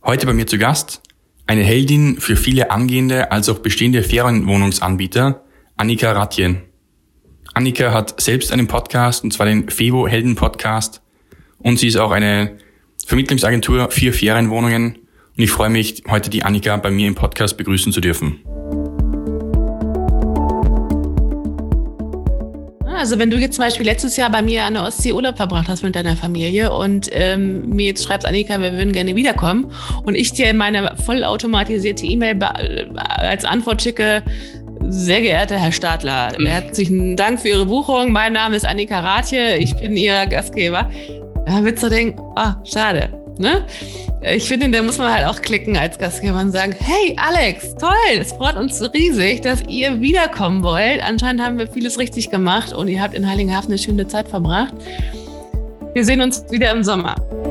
Heute bei mir zu Gast eine Heldin für viele angehende als auch bestehende Ferienwohnungsanbieter, Annika Ratje. Annika hat selbst einen Podcast, und zwar den Fevo Helden Podcast, und sie ist auch eine Vermittlungsagentur für Ferienwohnungen, und ich freue mich, heute die Annika bei mir im Podcast begrüßen zu dürfen. Also wenn du jetzt zum Beispiel letztes Jahr bei mir an der Ostsee Urlaub verbracht hast mit deiner Familie und mir jetzt schreibst, Annika, wir würden gerne wiederkommen, und ich dir meine vollautomatisierte E-Mail als Antwort schicke: Sehr geehrter Herr Stadler, herzlichen Dank für Ihre Buchung. Mein Name ist Annika Ratje, ich bin Ihr Gastgeber. Da würdest du denken, schade, ne? Ich finde, da muss man halt auch klicken als Gastgeber und sagen: Hey Alex, toll, es freut uns riesig, dass ihr wiederkommen wollt. Anscheinend haben wir vieles richtig gemacht und ihr habt in Heiligenhafen eine schöne Zeit verbracht. Wir sehen uns wieder im Sommer.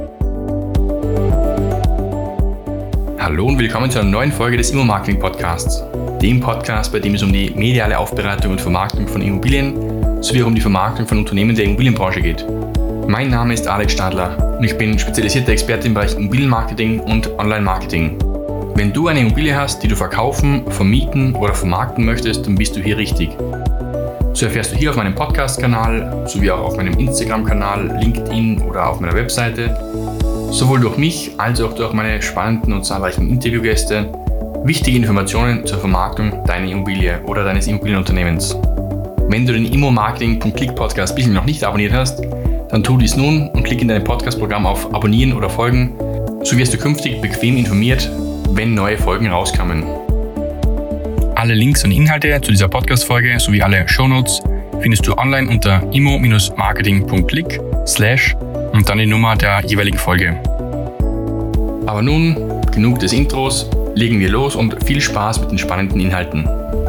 Hallo und willkommen zu einer neuen Folge des Immo-Marketing-Podcasts. Dem Podcast, bei dem es um die mediale Aufbereitung und Vermarktung von Immobilien sowie auch um die Vermarktung von Unternehmen der Immobilienbranche geht. Mein Name ist Alex Stadler und ich bin spezialisierter Experte im Bereich Immobilienmarketing und Online-Marketing. Wenn du eine Immobilie hast, die du verkaufen, vermieten oder vermarkten möchtest, dann bist du hier richtig. So erfährst du hier auf meinem Podcast-Kanal sowie auch auf meinem Instagram-Kanal, LinkedIn oder auf meiner Webseite sowohl durch mich als auch durch meine spannenden und zahlreichen Interviewgäste wichtige Informationen zur Vermarktung deiner Immobilie oder deines Immobilienunternehmens. Wenn du den Immo-Marketing.click-Podcast bisher noch nicht abonniert hast, dann tu dies nun und klick in deinem Podcast-Programm auf Abonnieren oder Folgen, so wirst du künftig bequem informiert, wenn neue Folgen rauskommen. Alle Links und Inhalte zu dieser Podcast-Folge sowie alle Shownotes findest du online unter immo-marketing.click/ und dann die Nummer der jeweiligen Folge. Aber nun, genug des Intros, legen wir los und viel Spaß mit den spannenden Inhalten.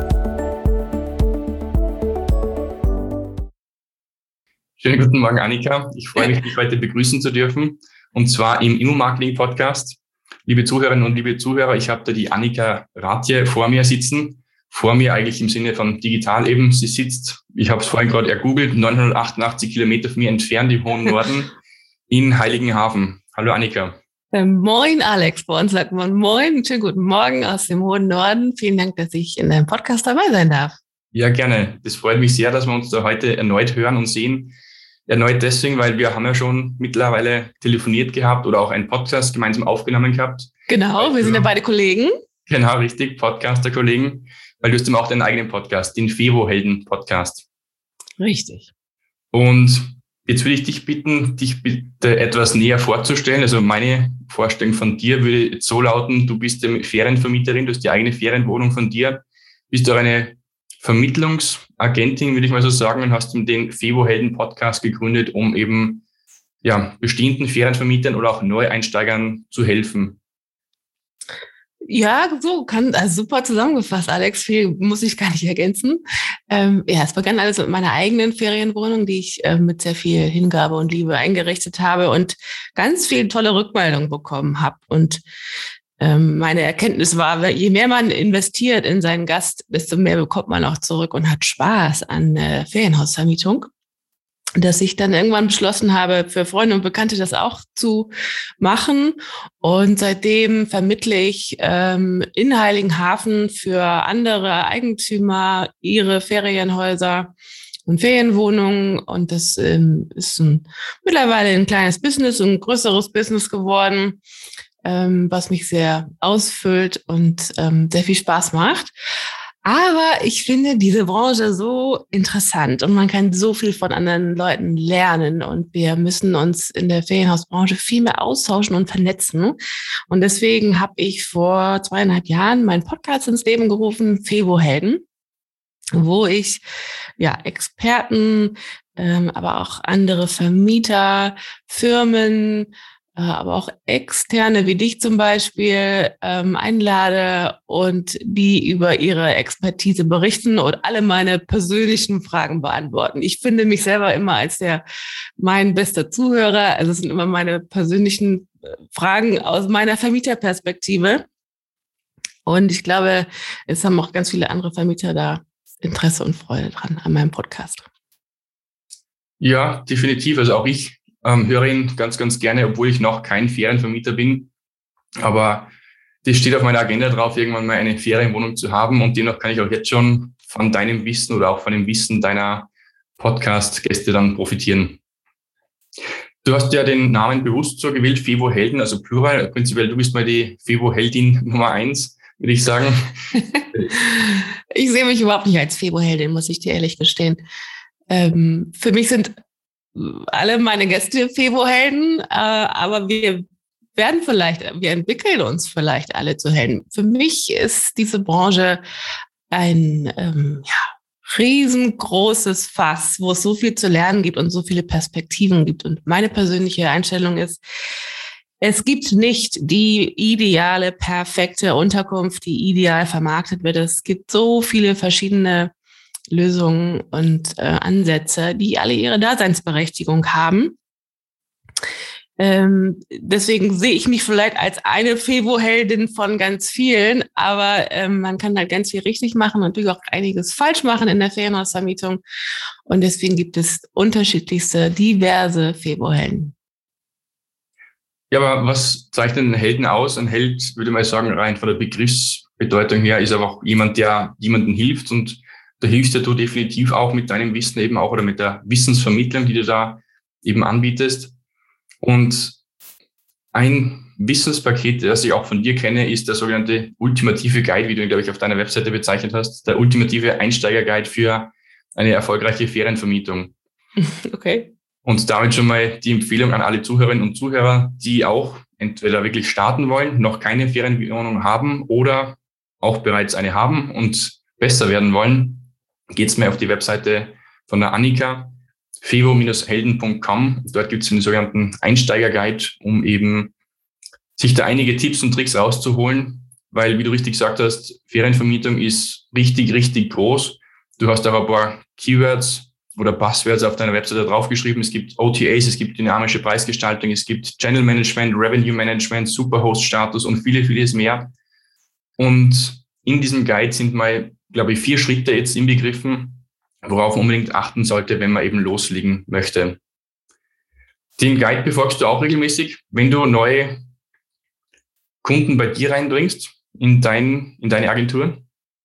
Schönen guten Morgen, Annika. Ich freue mich, dich heute begrüßen zu dürfen, und zwar im Immo-Marketing-Podcast. Liebe Zuhörerinnen und liebe Zuhörer, ich habe da die Annika Ratje vor mir sitzen. Vor mir eigentlich im Sinne von digital eben. Sie sitzt, ich habe es vorhin gerade ergoogelt, 988 Kilometer von mir entfernt im hohen Norden in Heiligenhafen. Hallo Annika. Moin Alex, bei uns sagt man Moin, schönen guten Morgen aus dem hohen Norden. Vielen Dank, dass ich in deinem Podcast dabei sein darf. Ja, gerne. Das freut mich sehr, dass wir uns da heute erneut hören und sehen. Erneut deswegen, weil wir haben ja schon mittlerweile telefoniert gehabt oder auch einen Podcast gemeinsam aufgenommen gehabt. Genau, wir sind ja beide Kollegen. Genau, richtig, Podcaster-Kollegen, weil du hast eben auch deinen eigenen Podcast, den Fevo Helden Podcast. Richtig. Und jetzt würde ich dich bitten, dich bitte etwas näher vorzustellen. Also meine Vorstellung von dir würde jetzt so lauten: Du bist Ferienvermieterin, du hast die eigene Ferienwohnung von dir, bist auch eine Vermittlungsagentin, würde ich mal so sagen, und hast den Fevo Helden Podcast gegründet, um eben bestehenden Ferienvermietern oder auch Neueinsteigern zu helfen. Ja, super zusammengefasst, Alex. Viel muss ich gar nicht ergänzen. Es begann alles mit meiner eigenen Ferienwohnung, die ich mit sehr viel Hingabe und Liebe eingerichtet habe und ganz viele tolle Rückmeldungen bekommen habe. Und meine Erkenntnis war, je mehr man investiert in seinen Gast, desto mehr bekommt man auch zurück und hat Spaß an Ferienhausvermietung. Dass ich dann irgendwann beschlossen habe, für Freunde und Bekannte das auch zu machen. Und seitdem vermittle ich in Heiligenhafen für andere Eigentümer ihre Ferienhäuser und Ferienwohnungen. Und das ist mittlerweile ein kleines Business, ein größeres Business geworden, was mich sehr ausfüllt und sehr viel Spaß macht. Aber ich finde diese Branche so interessant und man kann so viel von anderen Leuten lernen, und wir müssen uns in der Ferienhausbranche viel mehr austauschen und vernetzen. Und deswegen habe ich vor 2,5 Jahren meinen Podcast ins Leben gerufen, Fevo Helden, wo ich Experten, aber auch andere Vermieter, Firmen, aber auch Externe wie dich zum Beispiel einlade und die über ihre Expertise berichten und alle meine persönlichen Fragen beantworten. Ich finde mich selber immer als mein bester Zuhörer. Also es sind immer meine persönlichen Fragen aus meiner Vermieterperspektive. Und ich glaube, es haben auch ganz viele andere Vermieter da Interesse und Freude dran an meinem Podcast. Ja, definitiv. Also auch ich höre ihn ganz, ganz gerne, obwohl ich noch kein Ferienvermieter bin. Aber das steht auf meiner Agenda drauf, irgendwann mal eine Ferienwohnung zu haben. Und demnach kann ich auch jetzt schon von deinem Wissen oder auch von dem Wissen deiner Podcast-Gäste dann profitieren. Du hast ja den Namen bewusst so gewählt, Fevo Helden, also Plural. Prinzipiell, du bist mal die Fevo Heldin Nummer 1, würde ich sagen. Ich sehe mich überhaupt nicht als Fevo Heldin, muss ich dir ehrlich gestehen. Für mich sind alle meine Gäste Fevo Helden, aber wir entwickeln uns vielleicht alle zu Helden. Für mich ist diese Branche ein riesengroßes Fass, wo es so viel zu lernen gibt und so viele Perspektiven gibt. Und meine persönliche Einstellung ist, es gibt nicht die ideale, perfekte Unterkunft, die ideal vermarktet wird. Es gibt so viele verschiedene Lösungen und Ansätze, die alle ihre Daseinsberechtigung haben. Deswegen sehe ich mich vielleicht als eine Fevo-Heldin von ganz vielen, aber man kann halt ganz viel richtig machen und natürlich auch einiges falsch machen in der Ferienhausvermietung. Und deswegen gibt es unterschiedlichste, diverse Fevo-Helden. Ja, aber was zeichnet einen Helden aus? Ein Held, würde ich mal sagen, rein von der Begriffsbedeutung her, ist einfach jemand, der jemandem hilft. Und da hilfst ja du definitiv auch mit deinem Wissen eben auch oder mit der Wissensvermittlung, die du da eben anbietest. Und ein Wissenspaket, das ich auch von dir kenne, ist der sogenannte ultimative Guide, wie du ihn, glaube ich, auf deiner Webseite bezeichnet hast, der ultimative Einsteigerguide für eine erfolgreiche Ferienvermietung. Okay. Und damit schon mal die Empfehlung an alle Zuhörerinnen und Zuhörer, die auch entweder wirklich starten wollen, noch keine Ferienwohnung haben oder auch bereits eine haben und besser werden wollen, geht's mal auf die Webseite von der Annika, fevo-helden.com. Dort gibt es den sogenannten Einsteigerguide, um eben sich da einige Tipps und Tricks rauszuholen, weil, wie du richtig gesagt hast, Ferienvermietung ist richtig, richtig groß. Du hast auch ein paar Keywords oder Buzzwords auf deiner Webseite draufgeschrieben. Es gibt OTAs, es gibt dynamische Preisgestaltung, es gibt Channel Management, Revenue Management, Superhost-Status und vieles mehr. Und in diesem Guide sind mal, glaube ich, 4 Schritte jetzt inbegriffen, worauf man unbedingt achten sollte, wenn man eben loslegen möchte. Den Guide befolgst du auch regelmäßig, wenn du neue Kunden bei dir reinbringst in deine Agentur?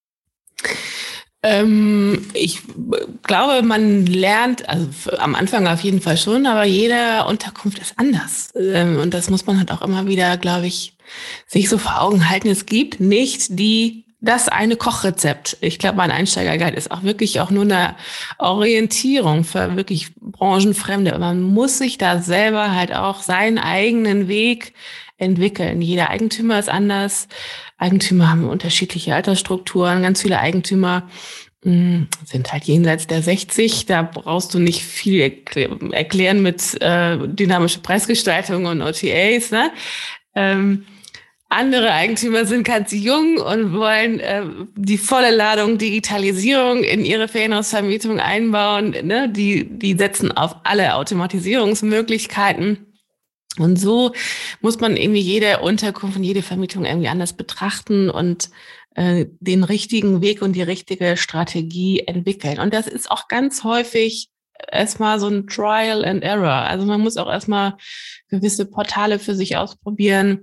Ich glaube, man lernt, also am Anfang auf jeden Fall schon, aber jede Unterkunft ist anders. Und das muss man halt auch immer wieder, glaube ich, sich so vor Augen halten. Es gibt nicht das eine Kochrezept. Ich glaube, mein Einsteigerguide ist auch wirklich auch nur eine Orientierung für wirklich Branchenfremde. Man muss sich da selber halt auch seinen eigenen Weg entwickeln. Jeder Eigentümer ist anders. Eigentümer haben unterschiedliche Altersstrukturen. Ganz viele Eigentümer sind halt jenseits der 60. Da brauchst du nicht viel erklären mit dynamischer Preisgestaltung und OTAs, ne? Andere Eigentümer sind ganz jung und wollen die volle Ladung Digitalisierung in ihre Ferienhausvermietung einbauen. Ne? Die setzen auf alle Automatisierungsmöglichkeiten. Und so muss man irgendwie jede Unterkunft und jede Vermietung irgendwie anders betrachten und den richtigen Weg und die richtige Strategie entwickeln. Und das ist auch ganz häufig erstmal so ein Trial and Error. Also man muss auch erstmal gewisse Portale für sich ausprobieren.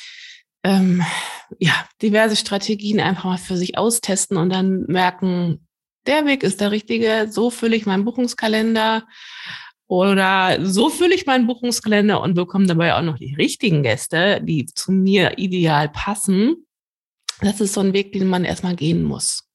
Diverse Strategien einfach mal für sich austesten und dann merken, der Weg ist der richtige, so fülle ich meinen Buchungskalender oder so fülle ich meinen Buchungskalender und bekomme dabei auch noch die richtigen Gäste, die zu mir ideal passen. Das ist so ein Weg, den man erstmal gehen muss.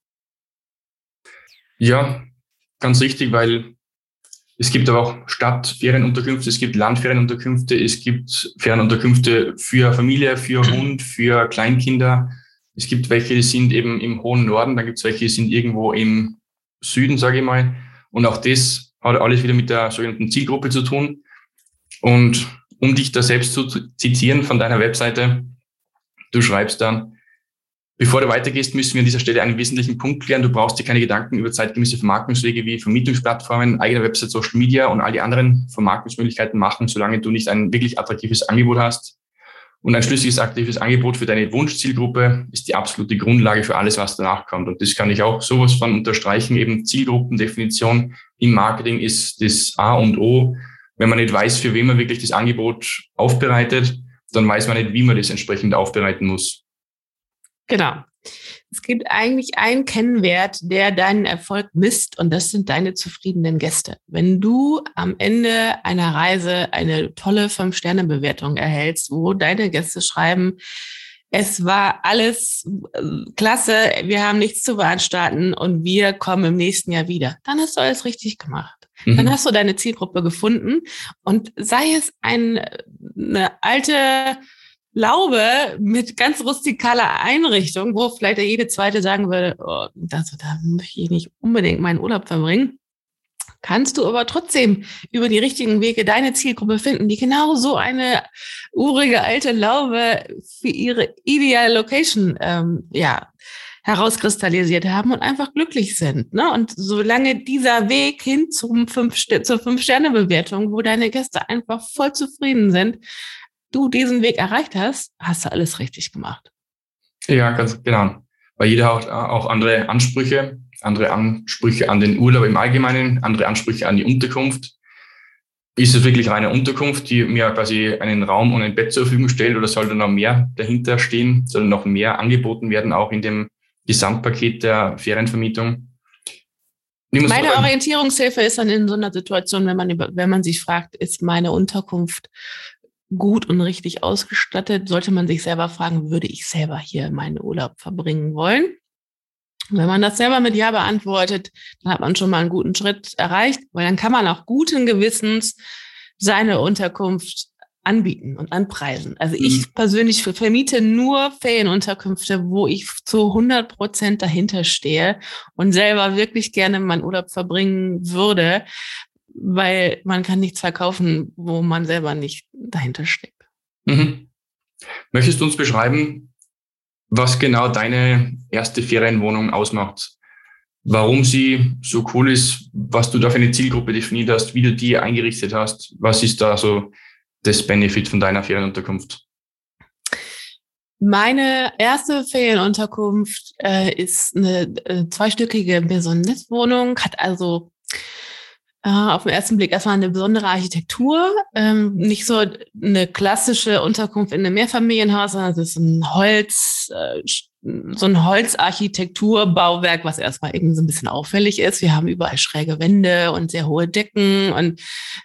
Ja, ganz richtig, weil es gibt aber auch Stadtferienunterkünfte, es gibt Landferienunterkünfte, es gibt Ferienunterkünfte für Familie, für Hund, für Kleinkinder. Es gibt welche, die sind eben im hohen Norden, dann gibt es welche, die sind irgendwo im Süden, sage ich mal. Und auch das hat alles wieder mit der sogenannten Zielgruppe zu tun. Und um dich da selbst zu zitieren von deiner Webseite, du schreibst dann, bevor du weitergehst, müssen wir an dieser Stelle einen wesentlichen Punkt klären. Du brauchst dir keine Gedanken über zeitgemäße Vermarktungswege wie Vermietungsplattformen, eigene Website, Social Media und all die anderen Vermarktungsmöglichkeiten machen, solange du nicht ein wirklich attraktives Angebot hast. Und ein schlüssiges, aktives Angebot für deine Wunschzielgruppe ist die absolute Grundlage für alles, was danach kommt. Und das kann ich auch sowas von unterstreichen. Eben Zielgruppendefinition im Marketing ist das A und O. Wenn man nicht weiß, für wen man wirklich das Angebot aufbereitet, dann weiß man nicht, wie man das entsprechend aufbereiten muss. Genau. Es gibt eigentlich einen Kennwert, der deinen Erfolg misst, und das sind deine zufriedenen Gäste. Wenn du am Ende einer Reise eine tolle 5-Sterne-Bewertung erhältst, wo deine Gäste schreiben, es war alles klasse, wir haben nichts zu veranstalten und wir kommen im nächsten Jahr wieder, dann hast du alles richtig gemacht. Dann hast du deine Zielgruppe gefunden, und sei es eine alte Laube mit ganz rustikaler Einrichtung, wo vielleicht jede zweite sagen würde, oh, da möchte ich nicht unbedingt meinen Urlaub verbringen, kannst du aber trotzdem über die richtigen Wege deine Zielgruppe finden, die genau so eine urige alte Laube für ihre ideale Location herauskristallisiert haben und einfach glücklich sind. Ne? Und solange dieser Weg hin zur 5-Sterne-Bewertung, wo deine Gäste einfach voll zufrieden sind, du diesen Weg erreicht hast, hast du alles richtig gemacht. Ja, ganz genau. Weil jeder hat auch andere Ansprüche an den Urlaub im Allgemeinen, andere Ansprüche an die Unterkunft. Ist es wirklich eine Unterkunft, die mir quasi einen Raum und ein Bett zur Verfügung stellt, oder soll da noch mehr dahinter stehen? Soll noch mehr angeboten werden, auch in dem Gesamtpaket der Ferienvermietung? Meine Orientierungshilfe ist dann in so einer Situation, wenn man sich fragt, ist meine Unterkunft gut und richtig ausgestattet, sollte man sich selber fragen, würde ich selber hier meinen Urlaub verbringen wollen? Und wenn man das selber mit Ja beantwortet, dann hat man schon mal einen guten Schritt erreicht, weil dann kann man auch guten Gewissens seine Unterkunft anbieten und anpreisen. Also ich persönlich vermiete nur Ferienunterkünfte, wo ich zu 100% dahinter stehe und selber wirklich gerne meinen Urlaub verbringen würde, weil man kann nichts verkaufen, wo man selber nicht dahinter steckt. Möchtest du uns beschreiben, was genau deine erste Ferienwohnung ausmacht? Warum sie so cool ist, was du da für eine Zielgruppe definiert hast, wie du die eingerichtet hast? Was ist da so das Benefit von deiner Ferienunterkunft? Meine erste Ferienunterkunft ist eine zweistöckige Maisonette-Wohnung, hat also auf den ersten Blick erstmal eine besondere Architektur, nicht so eine klassische Unterkunft in einem Mehrfamilienhaus, sondern es ist so ein Holzarchitekturbauwerk, was erstmal irgendwie so ein bisschen auffällig ist. Wir haben überall schräge Wände und sehr hohe Decken, und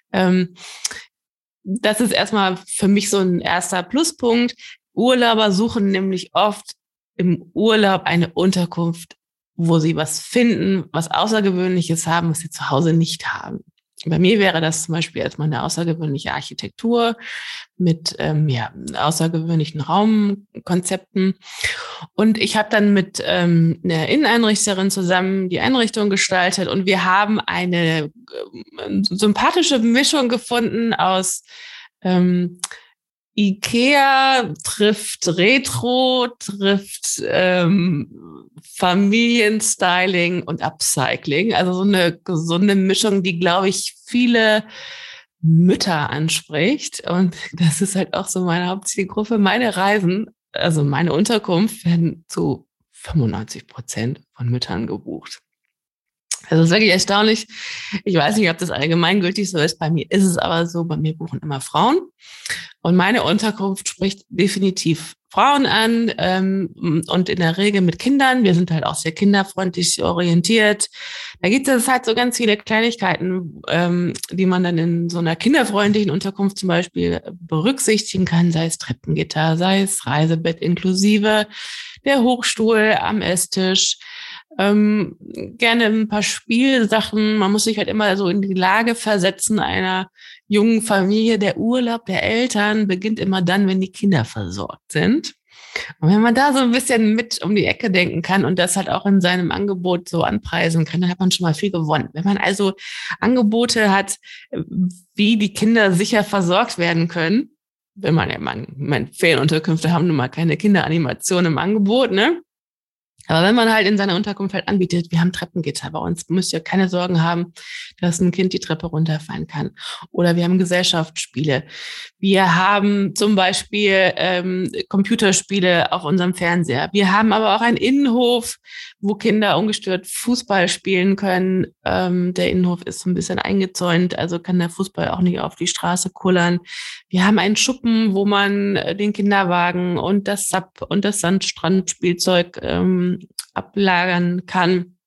das ist erstmal für mich so ein erster Pluspunkt. Urlauber suchen nämlich oft im Urlaub eine Unterkunft, wo sie was finden, was Außergewöhnliches haben, was sie zu Hause nicht haben. Bei mir wäre das zum Beispiel erstmal eine außergewöhnliche Architektur mit außergewöhnlichen Raumkonzepten. Und ich habe dann mit einer Inneneinrichterin zusammen die Einrichtung gestaltet, und wir haben eine sympathische Mischung gefunden aus IKEA trifft Retro, trifft Familienstyling und Upcycling. Also so eine gesunde Mischung, die, glaube ich, viele Mütter anspricht. Und das ist halt auch so meine Hauptzielgruppe. Meine Reisen, also meine Unterkunft, werden zu 95% von Müttern gebucht. Also es ist wirklich erstaunlich. Ich weiß nicht, ob das allgemeingültig so ist. Bei mir ist es aber so, bei mir buchen immer Frauen. Und meine Unterkunft spricht definitiv Frauen an und in der Regel mit Kindern. Wir sind halt auch sehr kinderfreundlich orientiert. Da gibt es halt so ganz viele Kleinigkeiten, die man dann in so einer kinderfreundlichen Unterkunft zum Beispiel berücksichtigen kann, sei es Treppengitter, sei es Reisebett inklusive, der Hochstuhl am Esstisch. Gerne ein paar Spielsachen. Man muss sich halt immer so in die Lage versetzen einer jungen Familie. Der Urlaub der Eltern beginnt immer dann, wenn die Kinder versorgt sind. Und wenn man da so ein bisschen mit um die Ecke denken kann und das halt auch in seinem Angebot so anpreisen kann, dann hat man schon mal viel gewonnen. Wenn man also Angebote hat, wie die Kinder sicher versorgt werden können, wenn man Ferienunterkünfte haben nun mal keine Kinderanimation im Angebot, ne? Aber wenn man halt in seiner Unterkunft halt anbietet, wir haben Treppengitter bei uns, müsst ihr keine Sorgen haben, dass ein Kind die Treppe runterfallen kann. Oder wir haben Gesellschaftsspiele. Wir haben zum Beispiel Computerspiele auf unserem Fernseher. Wir haben aber auch einen Innenhof, wo Kinder ungestört Fußball spielen können. Der Innenhof ist so ein bisschen eingezäunt, also kann der Fußball auch nicht auf die Straße kullern. Wir haben einen Schuppen, wo man den Kinderwagen und das SUP und das Sandstrandspielzeug ablagern kann.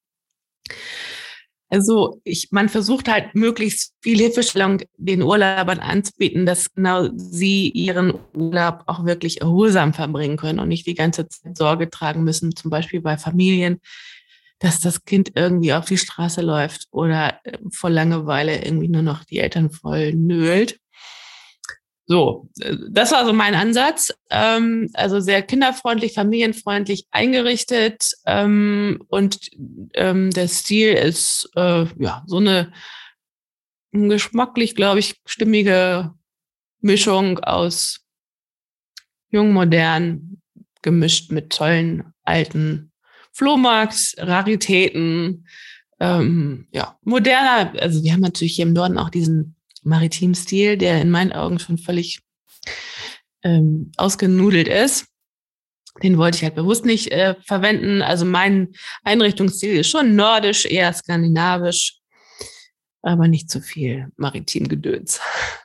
Also man versucht halt möglichst viel Hilfestellung den Urlaubern anzubieten, dass genau sie ihren Urlaub auch wirklich erholsam verbringen können und nicht die ganze Zeit Sorge tragen müssen, zum Beispiel bei Familien, dass das Kind irgendwie auf die Straße läuft oder vor Langeweile irgendwie nur noch die Eltern voll nölt. So, das war so mein Ansatz. Also sehr kinderfreundlich, familienfreundlich eingerichtet. Und der Stil ist so eine geschmacklich, glaube ich, stimmige Mischung aus jung, modern, gemischt mit tollen alten Flohmarkt-Raritäten. Moderner. Also wir haben natürlich hier im Norden auch diesen Maritim-Stil, der in meinen Augen schon völlig ausgenudelt ist. Den wollte ich halt bewusst nicht verwenden. Also mein Einrichtungsstil ist schon nordisch, eher skandinavisch, aber nicht zu viel Maritim-Gedöns.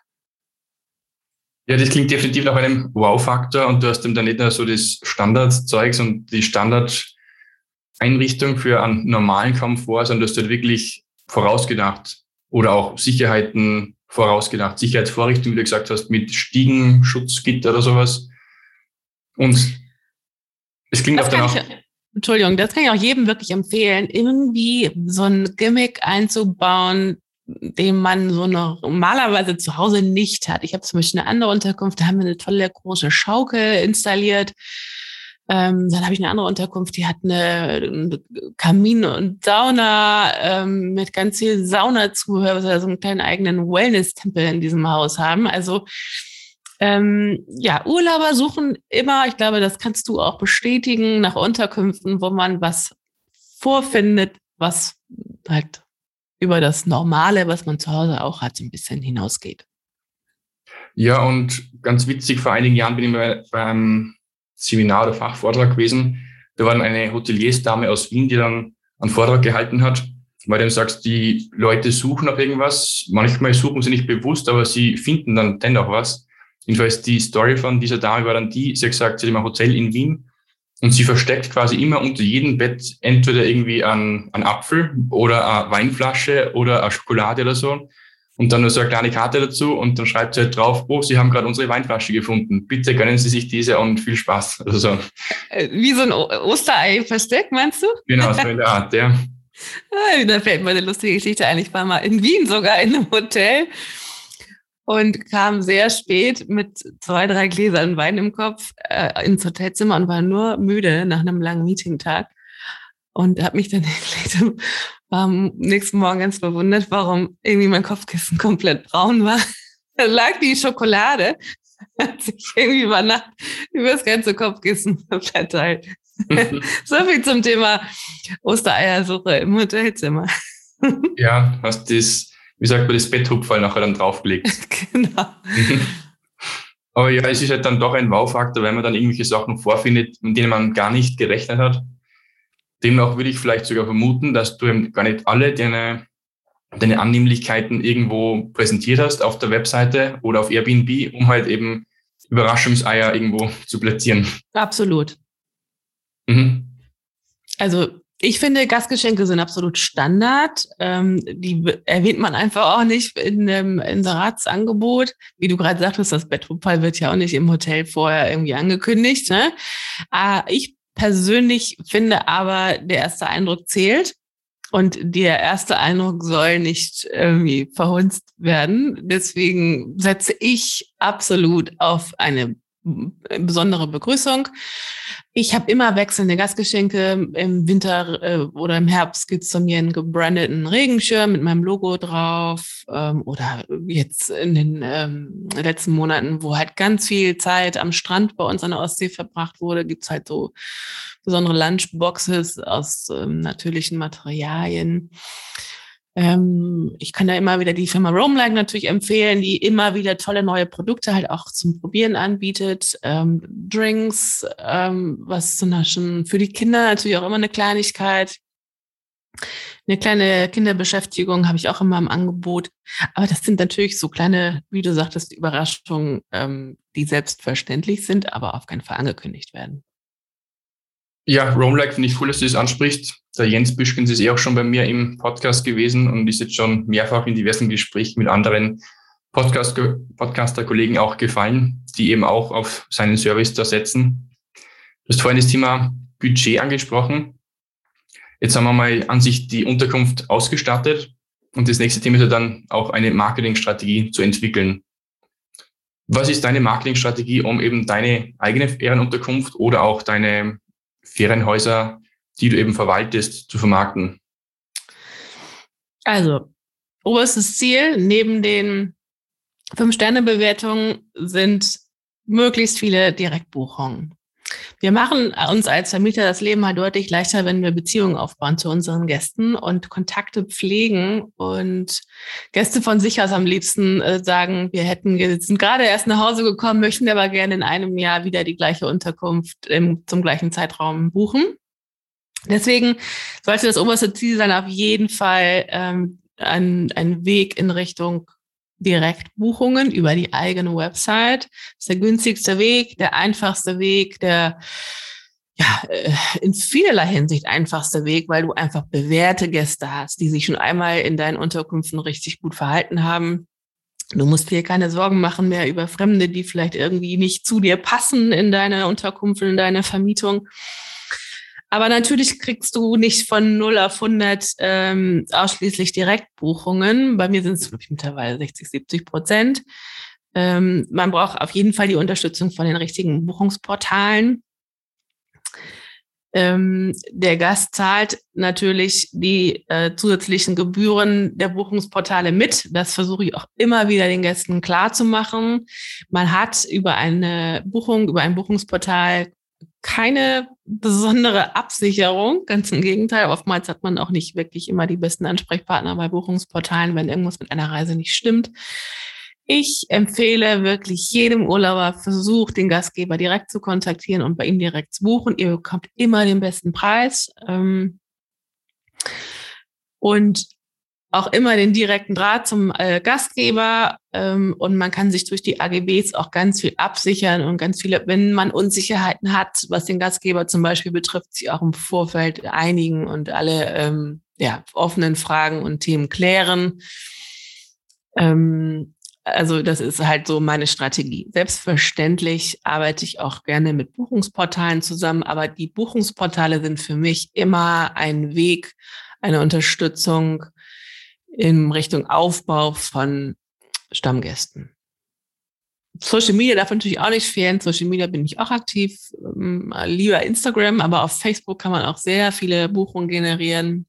Ja, das klingt definitiv nach einem Wow-Faktor und du hast dann nicht nur so das Standardzeugs und die Standardeinrichtung für einen normalen Komfort, sondern du hast halt wirklich vorausgedacht oder auch Sicherheiten vorausgedacht, Sicherheitsvorrichtungen, wie du gesagt hast, mit Stiegen, Schutzgitter oder sowas. Und es klingt auch danach... Entschuldigung, das kann ich auch jedem wirklich empfehlen, irgendwie so ein Gimmick einzubauen, den man so normalerweise zu Hause nicht hat. Ich habe zum Beispiel eine andere Unterkunft, da haben wir eine tolle große Schaukel installiert. Dann habe ich eine andere Unterkunft, die hat eine Kamin und Sauna mit ganz viel Saunazubehör, weil wir so einen kleinen eigenen Wellness-Tempel in diesem Haus haben. Also Urlauber suchen immer, ich glaube, das kannst du auch bestätigen, nach Unterkünften, wo man was vorfindet, was halt über das Normale, was man zu Hause auch hat, so ein bisschen hinausgeht. Ja, und ganz witzig, vor einigen Jahren bin ich mal beim Seminar oder Fachvortrag gewesen. Da war dann eine Hoteliersdame aus Wien, die dann einen Vortrag gehalten hat, weil du sagst, die Leute suchen nach irgendwas. Manchmal suchen sie nicht bewusst, aber sie finden dann dennoch was. Jedenfalls die Story von dieser Dame war dann die, sie hat gesagt, sie hat ein Hotel in Wien und sie versteckt quasi immer unter jedem Bett entweder irgendwie einen Apfel oder eine Weinflasche oder eine Schokolade oder so. Und dann nur so eine kleine Karte dazu und dann schreibt sie halt drauf, oh, Sie haben gerade unsere Weinflasche gefunden. Bitte gönnen Sie sich diese und viel Spaß. Also so. Wie so ein Osterei-Versteck, meinst du? Genau, so in der Art, ja. Da fällt mir eine lustige Geschichte ein. Ich war mal in Wien sogar in einem Hotel und kam sehr spät mit 2, 3 Gläsern Wein im Kopf ins Hotelzimmer und war nur müde nach einem langen Meetingtag. Und habe mich dann hingelegt, war am nächsten Morgen ganz verwundert, warum irgendwie mein Kopfkissen komplett braun war. Da lag die Schokolade, hat sich irgendwie über Nacht über das ganze Kopfkissen verteilt. So viel zum Thema Ostereiersuche im Hotelzimmer. Ja, hast das, wie sagt man, das Betthupferl nachher dann draufgelegt. Genau. Aber ja, es ist halt dann doch ein Wow-Faktor, wenn man dann irgendwelche Sachen vorfindet, mit denen man gar nicht gerechnet hat. Demnach würde ich vielleicht sogar vermuten, dass du eben gar nicht alle deine Annehmlichkeiten irgendwo präsentiert hast auf der Webseite oder auf Airbnb, um halt eben Überraschungseier irgendwo zu platzieren. Absolut. Mhm. Also ich finde, Gastgeschenke sind absolut Standard. Die erwähnt man einfach auch nicht in dem Inseratsangebot. Wie du gerade sagtest, das Betthupferl wird ja auch nicht im Hotel vorher irgendwie angekündigt. Ne? Ich persönlich finde aber, der erste Eindruck zählt und der erste Eindruck soll nicht irgendwie verhunzt werden. Deswegen setze ich absolut auf eine besondere Begrüßung. Ich habe immer wechselnde Gastgeschenke. Im Winter oder im Herbst gibt es von mir einen gebrandeten Regenschirm mit meinem Logo drauf. Oder jetzt in den letzten Monaten, wo halt ganz viel Zeit am Strand bei uns an der Ostsee verbracht wurde, gibt es halt so besondere Lunchboxes aus natürlichen Materialien. Ich kann da immer wieder die Firma Roamlike natürlich empfehlen, die immer wieder tolle neue Produkte halt auch zum Probieren anbietet. Drinks, was zum Beispiel für die Kinder natürlich auch immer eine Kleinigkeit. Eine kleine Kinderbeschäftigung habe ich auch immer im Angebot. Aber das sind natürlich so kleine, wie du sagtest, Überraschungen, die selbstverständlich sind, aber auf keinen Fall angekündigt werden. Ja, Roamlike finde ich cool, dass du das ansprichst. Der Jens Büschgens ist auch schon bei mir im Podcast gewesen und ist jetzt schon mehrfach in diversen Gesprächen mit anderen Podcaster-Kollegen auch gefallen, die eben auch auf seinen Service da setzen. Du hast vorhin das Thema Budget angesprochen. Jetzt haben wir mal an sich die Unterkunft ausgestattet und das nächste Thema ist ja dann auch eine Marketingstrategie zu entwickeln. Was ist deine Marketingstrategie, um eben deine eigene Ferienunterkunft oder auch deine Ferienhäuser, die du eben verwaltest, zu vermarkten? Also, oberstes Ziel neben den 5-Sterne-Bewertungen sind möglichst viele Direktbuchungen. Wir machen uns als Vermieter das Leben halt deutlich leichter, wenn wir Beziehungen aufbauen zu unseren Gästen und Kontakte pflegen und Gäste von sich aus am liebsten sagen, wir sind gerade erst nach Hause gekommen, möchten aber gerne in einem Jahr wieder die gleiche Unterkunft zum gleichen Zeitraum buchen. Deswegen sollte das oberste Ziel sein, auf jeden Fall ein Weg in Richtung Direktbuchungen über die eigene Website. Das ist der günstigste Weg, der einfachste Weg, der in vielerlei Hinsicht einfachste Weg, weil du einfach bewährte Gäste hast, die sich schon einmal in deinen Unterkünften richtig gut verhalten haben. Du musst dir keine Sorgen machen mehr über Fremde, die vielleicht irgendwie nicht zu dir passen in deine Unterkunft, in deine Vermietung. Aber natürlich kriegst du nicht von 0 auf 100 ausschließlich Direktbuchungen. Bei mir sind es mittlerweile 60-70%. Man braucht auf jeden Fall die Unterstützung von den richtigen Buchungsportalen. Der Gast zahlt natürlich die zusätzlichen Gebühren der Buchungsportale mit. Das versuche ich auch immer wieder den Gästen klarzumachen. Man hat über eine Buchung, über ein Buchungsportal keine besondere Absicherung, ganz im Gegenteil. Oftmals hat man auch nicht wirklich immer die besten Ansprechpartner bei Buchungsportalen, wenn irgendwas mit einer Reise nicht stimmt. Ich empfehle wirklich jedem Urlauber, versucht den Gastgeber direkt zu kontaktieren und bei ihm direkt zu buchen. Ihr bekommt immer den besten Preis und auch immer den direkten Draht zum Gastgeber und man kann sich durch die AGBs auch ganz viel absichern und ganz viele, wenn man Unsicherheiten hat, was den Gastgeber zum Beispiel betrifft, sich auch im Vorfeld einigen und alle offenen Fragen und Themen klären. Also das ist halt so meine Strategie. Selbstverständlich arbeite ich auch gerne mit Buchungsportalen zusammen, aber die Buchungsportale sind für mich immer ein Weg, eine Unterstützung in Richtung Aufbau von Stammgästen. Social Media darf natürlich auch nicht fehlen. Social Media bin ich auch aktiv. Lieber Instagram, aber auf Facebook kann man auch sehr viele Buchungen generieren.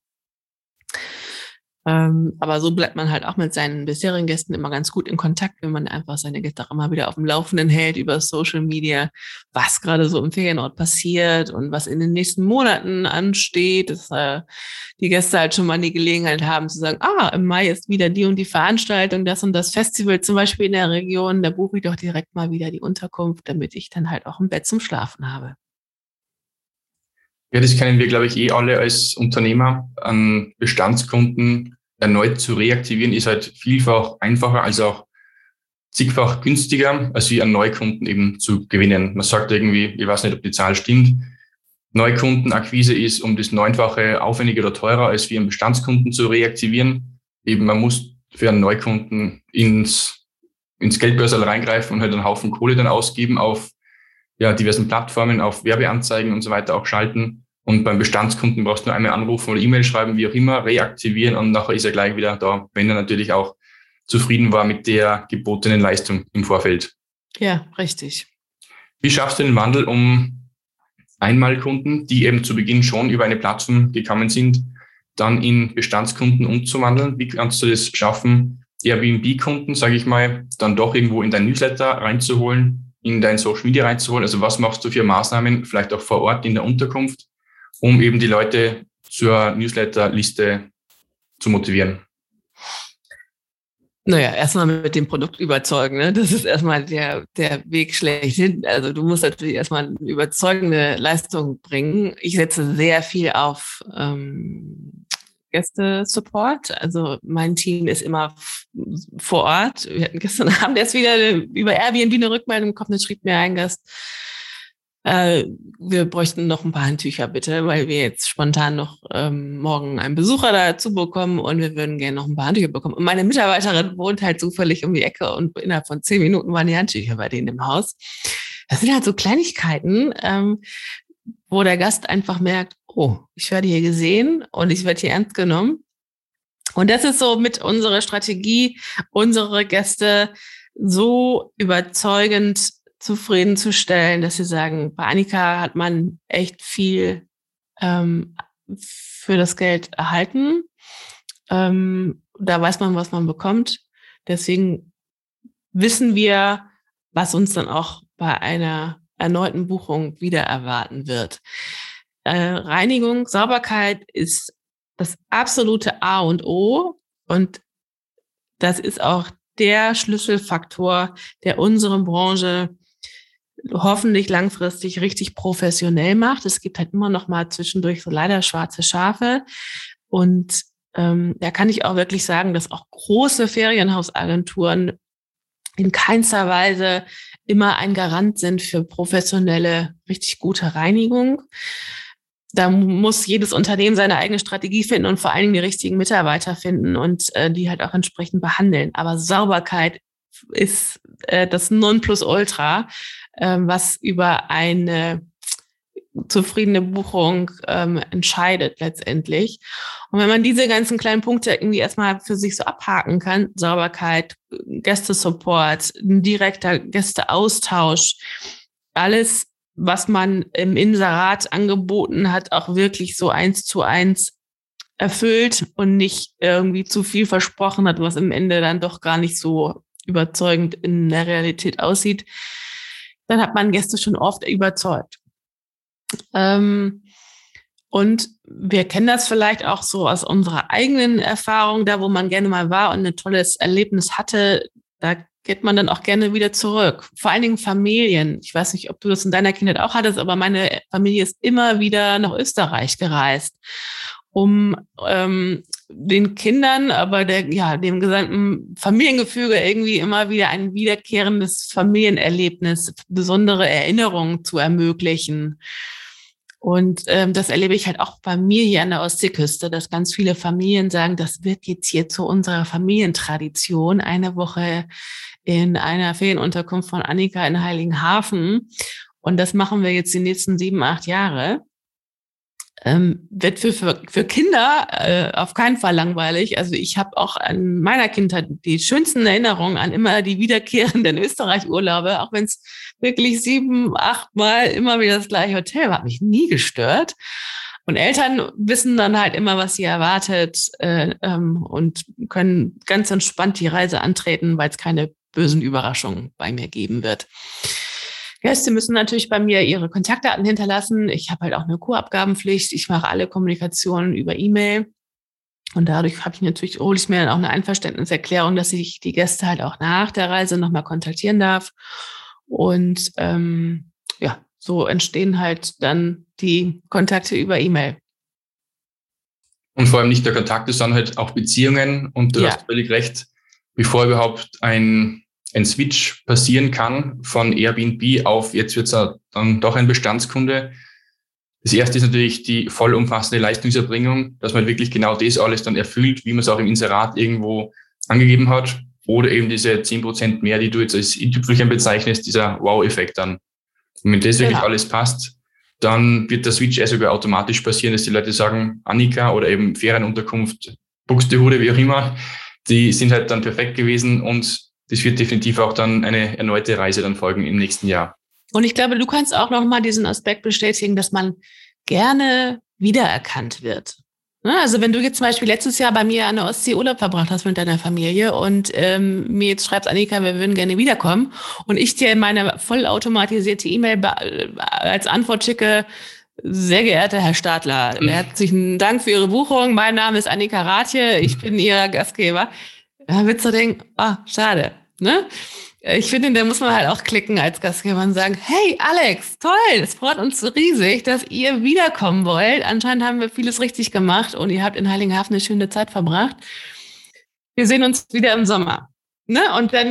Aber so bleibt man halt auch mit seinen bisherigen Gästen immer ganz gut in Kontakt, wenn man einfach seine Gäste auch immer wieder auf dem Laufenden hält über Social Media, was gerade so im Ferienort passiert und was in den nächsten Monaten ansteht, dass die Gäste halt schon mal die Gelegenheit haben zu sagen, im Mai ist wieder die und die Veranstaltung, das und das Festival zum Beispiel in der Region, da buche ich doch direkt mal wieder die Unterkunft, damit ich dann halt auch ein Bett zum Schlafen habe. Ja, das kennen wir, glaube ich, alle als Unternehmer. An Bestandskunden erneut zu reaktivieren, ist halt vielfach einfacher als auch zigfach günstiger, als wie an Neukunden eben zu gewinnen. Man sagt irgendwie, ich weiß nicht, ob die Zahl stimmt, Neukundenakquise ist um das 9-fache aufwendiger oder teurer, als wie einen Bestandskunden zu reaktivieren. Eben, man muss für einen Neukunden ins Geldbörsel reingreifen und halt einen Haufen Kohle dann ausgeben auf diversen Plattformen, auf Werbeanzeigen und so weiter auch schalten. Und beim Bestandskunden brauchst du nur einmal anrufen oder E-Mail schreiben, wie auch immer, reaktivieren und nachher ist er gleich wieder da, wenn er natürlich auch zufrieden war mit der gebotenen Leistung im Vorfeld. Ja, richtig. Wie schaffst du den Wandel, um Einmalkunden, die eben zu Beginn schon über eine Plattform gekommen sind, dann in Bestandskunden umzuwandeln? Wie kannst du das schaffen, Airbnb-Kunden, sage ich mal, dann doch irgendwo in dein Newsletter reinzuholen, in dein Social Media reinzuholen? Also was machst du für Maßnahmen, vielleicht auch vor Ort in der Unterkunft, um eben die Leute zur Newsletterliste zu motivieren? Naja, erstmal mit dem Produkt überzeugen, ne? Das ist erstmal der Weg schlechthin. Also du musst natürlich erstmal eine überzeugende Leistung bringen. Ich setze sehr viel auf Gäste-Support. Also mein Team ist immer vor Ort. Wir hatten gestern Abend erst wieder über Airbnb eine Rückmeldung bekommen, da schrieb mir ein Gast, wir bräuchten noch ein paar Handtücher bitte, weil wir jetzt spontan noch morgen einen Besucher dazu bekommen und wir würden gerne noch ein paar Handtücher bekommen. Und meine Mitarbeiterin wohnt halt zufällig um die Ecke und innerhalb von 10 Minuten waren die Handtücher bei denen im Haus. Das sind halt so Kleinigkeiten, wo der Gast einfach merkt, oh, ich werde hier gesehen und ich werde hier ernst genommen. Und das ist so mit unserer Strategie, unsere Gäste so überzeugend zufriedenzustellen, dass sie sagen, bei Annika hat man echt viel für das Geld erhalten. Da weiß man, was man bekommt. Deswegen wissen wir, was uns dann auch bei einer erneuten Buchung wieder erwarten wird. Reinigung, Sauberkeit ist das absolute A und O und das ist auch der Schlüsselfaktor, der unsere Branche hoffentlich langfristig richtig professionell macht. Es gibt halt immer noch mal zwischendurch so leider schwarze Schafe. Und da kann ich auch wirklich sagen, dass auch große Ferienhausagenturen in keinster Weise immer ein Garant sind für professionelle, richtig gute Reinigung. Da muss jedes Unternehmen seine eigene Strategie finden und vor allen Dingen die richtigen Mitarbeiter finden und die halt auch entsprechend behandeln. Aber Sauberkeit ist das Nonplusultra, was über eine zufriedene Buchung entscheidet letztendlich. Und wenn man diese ganzen kleinen Punkte irgendwie erstmal für sich so abhaken kann, Sauberkeit, Gästesupport, ein direkter Gästeaustausch, alles, was man im Inserat angeboten hat, auch wirklich so 1:1 erfüllt und nicht irgendwie zu viel versprochen hat, was am Ende dann doch gar nicht so überzeugend in der Realität aussieht, dann hat man Gäste schon oft überzeugt. Und wir kennen das vielleicht auch so aus unserer eigenen Erfahrung, da wo man gerne mal war und ein tolles Erlebnis hatte, da geht man dann auch gerne wieder zurück. Vor allen Dingen Familien. Ich weiß nicht, ob du das in deiner Kindheit auch hattest, aber meine Familie ist immer wieder nach Österreich gereist, um den Kindern, aber dem gesamten Familiengefüge irgendwie immer wieder ein wiederkehrendes Familienerlebnis, besondere Erinnerungen zu ermöglichen. Und das erlebe ich halt auch bei mir hier an der Ostseeküste, dass ganz viele Familien sagen, das wird jetzt hier zu unserer Familientradition, eine Woche in einer Ferienunterkunft von Annika in Heiligenhafen. Und das machen wir jetzt die nächsten 7, 8 Jahre. Wird für Kinder auf keinen Fall langweilig. Also ich habe auch an meiner Kindheit die schönsten Erinnerungen an immer die wiederkehrenden Österreich-Urlaube, auch wenn es wirklich 7, 8 Mal immer wieder das gleiche Hotel war, hat mich nie gestört. Und Eltern wissen dann halt immer, was sie erwartet und können ganz entspannt die Reise antreten, weil es keine bösen Überraschungen bei mir geben wird. Gäste müssen natürlich bei mir ihre Kontaktdaten hinterlassen. Ich habe halt auch eine Kurabgabenpflicht. Ich mache alle Kommunikationen über E-Mail. Und dadurch hole ich mir dann auch eine Einverständniserklärung, dass ich die Gäste halt auch nach der Reise nochmal kontaktieren darf. Und so entstehen halt dann die Kontakte über E-Mail. Und vor allem nicht nur Kontakte, sondern halt auch Beziehungen. Und du hast völlig recht, bevor überhaupt ein Switch passieren kann von Airbnb auf, jetzt wird es dann doch ein Bestandskunde. Das erste ist natürlich die vollumfassende Leistungserbringung, dass man wirklich genau das alles dann erfüllt, wie man es auch im Inserat irgendwo angegeben hat. Oder eben diese 10% mehr, die du jetzt als i-Tüpfelchen bezeichnest, dieser Wow-Effekt dann. Und wenn das wirklich alles passt, dann wird der Switch sogar automatisch passieren, dass die Leute sagen, Annika oder eben Ferienunterkunft, Buxtehude, wie auch immer, die sind halt dann perfekt gewesen und das wird definitiv auch dann eine erneute Reise dann folgen im nächsten Jahr. Und ich glaube, du kannst auch nochmal diesen Aspekt bestätigen, dass man gerne wiedererkannt wird. Also wenn du jetzt zum Beispiel letztes Jahr bei mir an der Ostsee Urlaub verbracht hast mit deiner Familie und mir jetzt schreibst, Annika, wir würden gerne wiederkommen und ich dir meine vollautomatisierte E-Mail als Antwort schicke, sehr geehrter Herr Stadler, herzlichen Dank für Ihre Buchung. Mein Name ist Annika Rathje, ich bin Ihr Gastgeber. Da würdest du denken, schade, ne? Ich finde, da muss man halt auch klicken als Gastgeber und sagen, hey Alex, toll, es freut uns so riesig, dass ihr wiederkommen wollt. Anscheinend haben wir vieles richtig gemacht und ihr habt in Heiligenhafen eine schöne Zeit verbracht. Wir sehen uns wieder im Sommer. Ne? Und dann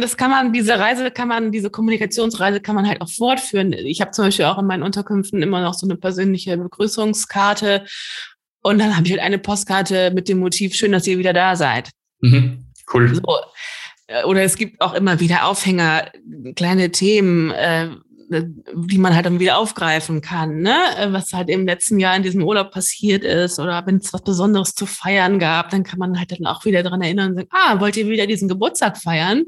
diese Kommunikationsreise kann man halt auch fortführen. Ich habe zum Beispiel auch in meinen Unterkünften immer noch so eine persönliche Begrüßungskarte und dann habe ich halt eine Postkarte mit dem Motiv, schön, dass ihr wieder da seid. Mhm. Cool. So. Oder es gibt auch immer wieder Aufhänger, kleine Themen, die man halt dann wieder aufgreifen kann, ne? Was halt im letzten Jahr in diesem Urlaub passiert ist oder wenn es was Besonderes zu feiern gab, dann kann man halt dann auch wieder daran erinnern und sagen, wollt ihr wieder diesen Geburtstag feiern?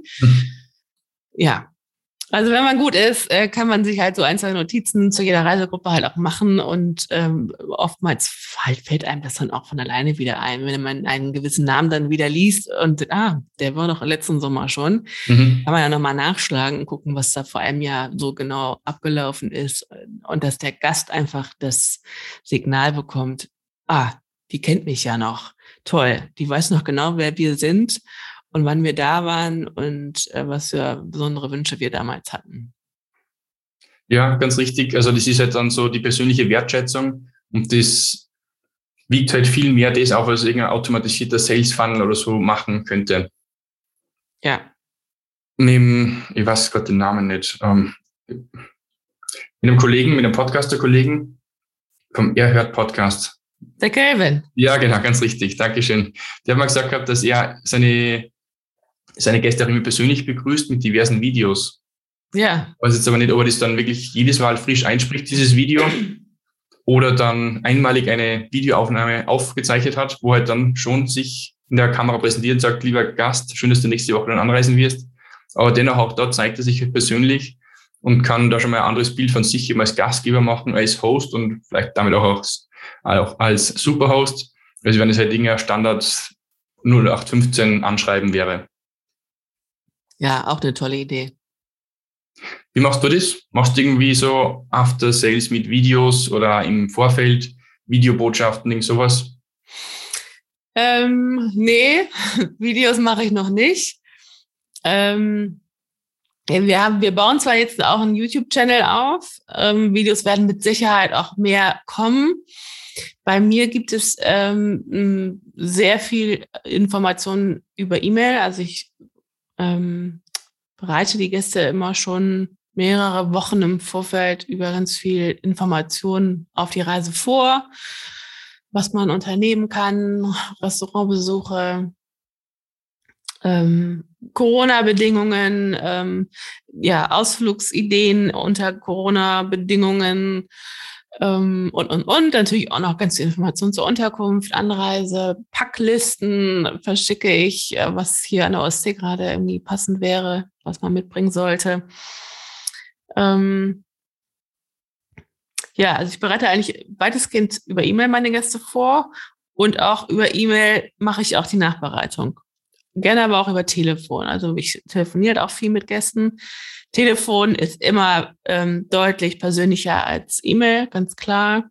Ja. Also wenn man gut ist, kann man sich halt so ein, zwei Notizen zu jeder Reisegruppe halt auch machen und oftmals fällt einem das dann auch von alleine wieder ein, wenn man einen gewissen Namen dann wieder liest und der war doch letzten Sommer schon, kann man ja nochmal nachschlagen und gucken, was da vor einem Jahr so genau abgelaufen ist und dass der Gast einfach das Signal bekommt, die kennt mich ja noch, toll, die weiß noch genau, wer wir sind und wann wir da waren und was für besondere Wünsche wir damals hatten. Ja, ganz richtig. Also das ist halt dann so die persönliche Wertschätzung und das wiegt halt viel mehr das auf, als irgendein automatisierter Sales-Funnel oder so machen könnte. Ja. Ich weiß gerade den Namen nicht. Mit einem Podcaster-Kollegen vom Er hört Podcast. Der Kelvin. Ja, genau, ganz richtig. Dankeschön. Der hat mal gesagt gehabt, dass er seine Gäste auch immer persönlich begrüßt mit diversen Videos. Ja. Ich weiß jetzt aber nicht, ob er das dann wirklich jedes Mal frisch einspricht, dieses Video, oder dann einmalig eine Videoaufnahme aufgezeichnet hat, wo er dann schon sich in der Kamera präsentiert und sagt, lieber Gast, schön, dass du nächste Woche dann anreisen wirst. Aber dennoch auch dort zeigt er sich halt persönlich und kann da schon mal ein anderes Bild von sich eben als Gastgeber machen, als Host und vielleicht damit auch als Superhost. Also wenn es halt irgendein Standard 0815 Anschreiben wäre. Ja, auch eine tolle Idee. Wie machst du das? Machst du irgendwie so After Sales mit Videos oder im Vorfeld Videobotschaften, irgend sowas? Nee, Videos mache ich noch nicht. Wir bauen zwar jetzt auch einen YouTube-Channel auf. Videos werden mit Sicherheit auch mehr kommen. Bei mir gibt es sehr viel Informationen über E-Mail. Also ich bereite die Gäste immer schon mehrere Wochen im Vorfeld über ganz viel Informationen auf die Reise vor, was man unternehmen kann, Restaurantbesuche, Corona-Bedingungen, Ausflugsideen unter Corona-Bedingungen und natürlich auch noch ganz viel Informationen zur Unterkunft, Anreise, Packlisten verschicke ich, was hier an der Ostsee gerade irgendwie passend wäre, was man mitbringen sollte. Also ich bereite eigentlich weitestgehend über E-Mail meine Gäste vor und auch über E-Mail mache ich auch die Nachbereitung. Gerne aber auch über Telefon. Also ich telefoniere auch viel mit Gästen. Telefon ist immer deutlich persönlicher als E-Mail, ganz klar.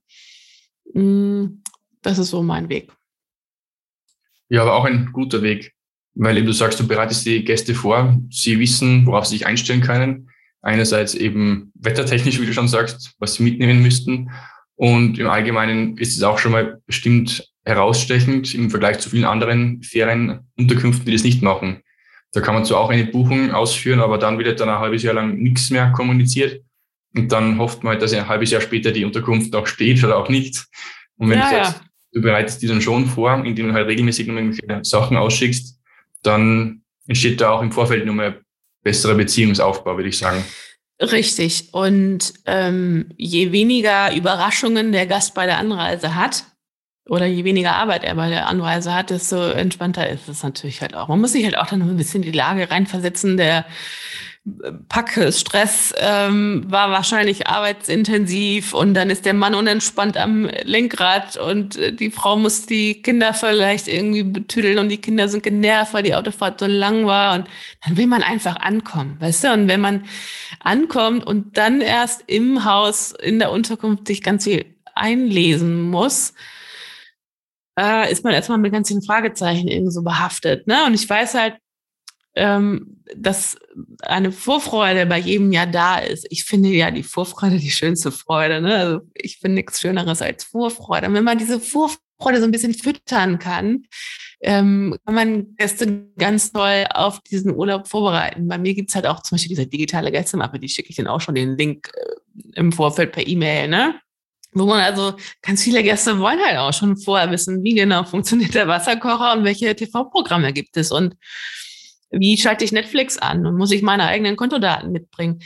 Das ist so mein Weg. Ja, aber auch ein guter Weg, weil eben du sagst, du bereitest die Gäste vor, sie wissen, worauf sie sich einstellen können. Einerseits eben wettertechnisch, wie du schon sagst, was sie mitnehmen müssten. Und im Allgemeinen ist es auch schon mal bestimmt herausstechend im Vergleich zu vielen anderen Ferienunterkünften, die das nicht machen. Da kann man zwar auch eine Buchung ausführen, aber dann wird dann ein halbes Jahr lang nichts mehr kommuniziert. Und dann hofft man halt, dass ein halbes Jahr später die Unterkunft auch steht oder auch nicht. Und wenn du sagst, du bereitest die dann schon vor, indem du halt regelmäßig irgendwelche Sachen ausschickst, dann entsteht da auch im Vorfeld nochmal besserer Beziehungsaufbau, würde ich sagen. Richtig. Und je weniger Überraschungen der Gast bei der Anreise hat oder je weniger Arbeit er bei der Anreise hat, desto entspannter ist es natürlich halt auch. Man muss sich halt auch dann ein bisschen in die Lage reinversetzen der Stress war wahrscheinlich arbeitsintensiv und dann ist der Mann unentspannt am Lenkrad und die Frau muss die Kinder vielleicht irgendwie betüdeln und die Kinder sind genervt, weil die Autofahrt so lang war und dann will man einfach ankommen, weißt du? Und wenn man ankommt und dann erst im Haus, in der Unterkunft sich ganz viel einlesen muss, ist man erstmal mit ganz vielen Fragezeichen irgendwie so behaftet, ne? Und ich weiß halt, dass eine Vorfreude bei jedem Jahr da ist. Ich finde ja die Vorfreude die schönste Freude, ne? Also ich finde nichts Schöneres als Vorfreude. Und wenn man diese Vorfreude so ein bisschen füttern kann man Gäste ganz toll auf diesen Urlaub vorbereiten. Bei mir gibt's halt auch zum Beispiel diese digitale Gästemappe, die schicke ich dann auch schon den Link im Vorfeld per E-Mail, ne? Wo man also, ganz viele Gäste wollen halt auch schon vorher wissen, wie genau funktioniert der Wasserkocher und welche TV-Programme gibt es und wie schalte ich Netflix an und muss ich meine eigenen Kontodaten mitbringen.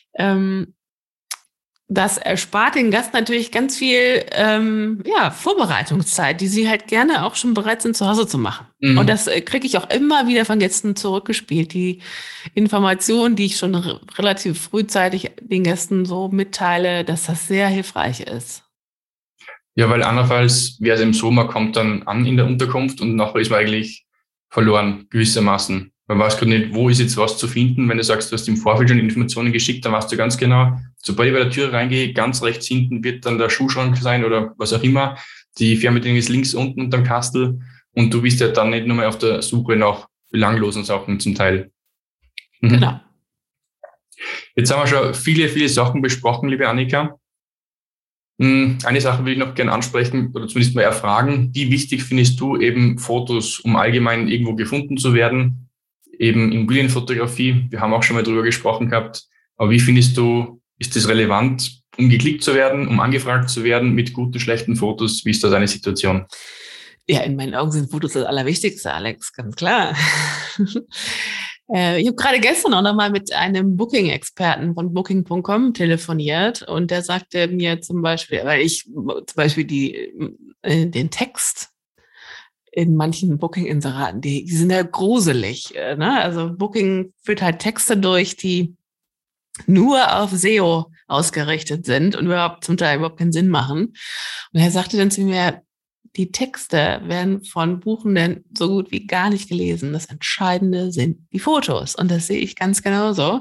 Das erspart den Gast natürlich ganz viel Vorbereitungszeit, die sie halt gerne auch schon bereit sind, zu Hause zu machen. Mhm. Und das kriege ich auch immer wieder von Gästen zurückgespielt. Die Informationen, die ich schon relativ frühzeitig den Gästen so mitteile, dass das sehr hilfreich ist. Ja, weil andernfalls, wer im Sommer kommt dann an in der Unterkunft und nachher ist man eigentlich verloren, gewissermaßen. Man weiß gerade nicht, wo ist jetzt was zu finden. Wenn du sagst, du hast im Vorfeld schon Informationen geschickt, dann weißt du ganz genau, sobald ich bei der Tür reingehe, ganz rechts hinten wird dann der Schuhschrank sein oder was auch immer. Die Fernbedienung ist links unten unterm Kastel und du bist ja dann nicht nur mehr auf der Suche nach belanglosen Sachen zum Teil. Mhm. Genau. Jetzt haben wir schon viele, viele Sachen besprochen, liebe Annika. Eine Sache will ich noch gerne ansprechen oder zumindest mal erfragen. Wie wichtig findest du eben Fotos, um allgemein irgendwo gefunden zu werden? Eben Immobilienfotografie, wir haben auch schon mal drüber gesprochen gehabt. Aber wie findest du, ist das relevant, um geklickt zu werden, um angefragt zu werden mit guten, schlechten Fotos? Wie ist da deine Situation? Ja, in meinen Augen sind Fotos das Allerwichtigste, Alex, ganz klar. Ich habe gerade gestern auch noch mal mit einem Booking-Experten von Booking.com telefoniert und der sagte mir zum Beispiel, weil ich zum Beispiel den Text in manchen Booking-Inseraten, die sind ja gruselig. Ne? Also Booking führt halt Texte durch, die nur auf SEO ausgerichtet sind und zum Teil überhaupt keinen Sinn machen. Und er sagte dann zu mir, die Texte werden von Buchenden so gut wie gar nicht gelesen. Das Entscheidende sind die Fotos. Und das sehe ich ganz genauso.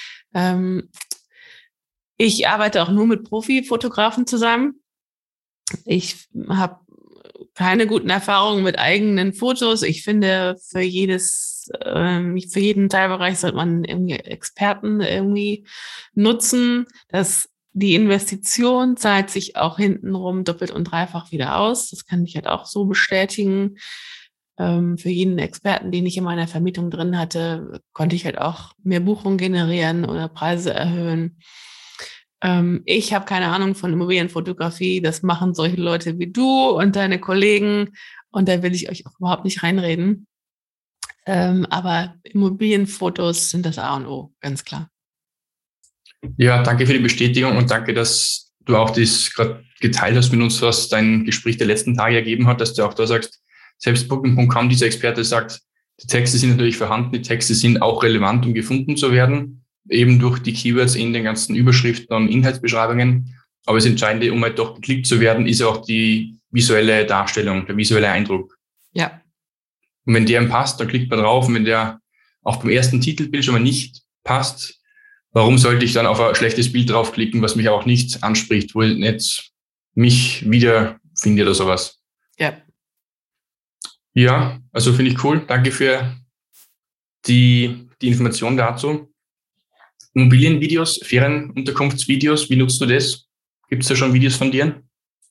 Ich arbeite auch nur mit Profifotografen zusammen. Ich habe keine guten Erfahrungen mit eigenen Fotos. Ich finde, für jeden Teilbereich sollte man irgendwie Experten irgendwie nutzen. Die Investition zahlt sich auch hintenrum doppelt und dreifach wieder aus. Das kann ich halt auch so bestätigen. Für jeden Experten, den ich in meiner Vermietung drin hatte, konnte ich halt auch mehr Buchungen generieren oder Preise erhöhen. Ich habe keine Ahnung von Immobilienfotografie. Das machen solche Leute wie du und deine Kollegen. Und da will ich euch auch überhaupt nicht reinreden. Aber Immobilienfotos sind das A und O, ganz klar. Ja, danke für die Bestätigung und danke, dass du auch das gerade geteilt hast mit uns, was dein Gespräch der letzten Tage ergeben hat, dass du auch da sagst, selbst Booking.com, dieser Experte sagt, die Texte sind natürlich vorhanden, die Texte sind auch relevant, um gefunden zu werden, eben durch die Keywords in den ganzen Überschriften und Inhaltsbeschreibungen. Aber das Entscheidende, um halt doch geklickt zu werden, ist auch die visuelle Darstellung, der visuelle Eindruck. Ja. Und wenn der ihm passt, dann klickt man drauf. Und wenn der auch beim ersten Titelbild schon mal nicht passt, warum sollte ich dann auf ein schlechtes Bild draufklicken, was mich auch nicht anspricht, wo ich nicht mich wiederfinde oder sowas? Ja. Ja, also finde ich cool. Danke für die Information dazu. Immobilienvideos, Ferienunterkunftsvideos, wie nutzt du das? Gibt es da schon Videos von dir?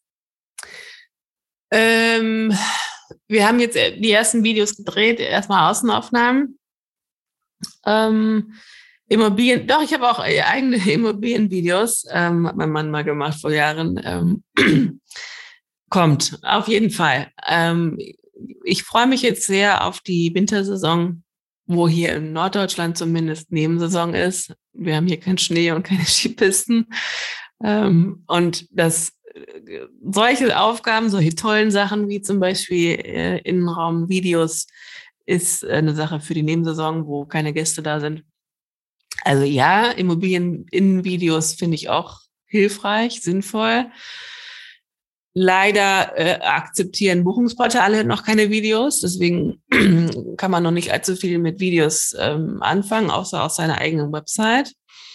Wir haben jetzt die ersten Videos gedreht, erstmal Außenaufnahmen. Ich habe auch eigene Immobilienvideos, hat mein Mann mal gemacht vor Jahren. Kommt, auf jeden Fall. Ich freue mich jetzt sehr auf die Wintersaison, wo hier in Norddeutschland zumindest Nebensaison ist. Wir haben hier keinen Schnee und keine Skipisten. Und solche Aufgaben, solche tollen Sachen wie zum Beispiel Innenraumvideos ist eine Sache für die Nebensaison, wo keine Gäste da sind. Also ja, Immobilien-Innenvideos finde ich auch hilfreich, sinnvoll. Leider akzeptieren Buchungsportale noch keine Videos, deswegen kann man noch nicht allzu viel mit Videos anfangen, außer auf seiner eigenen Website.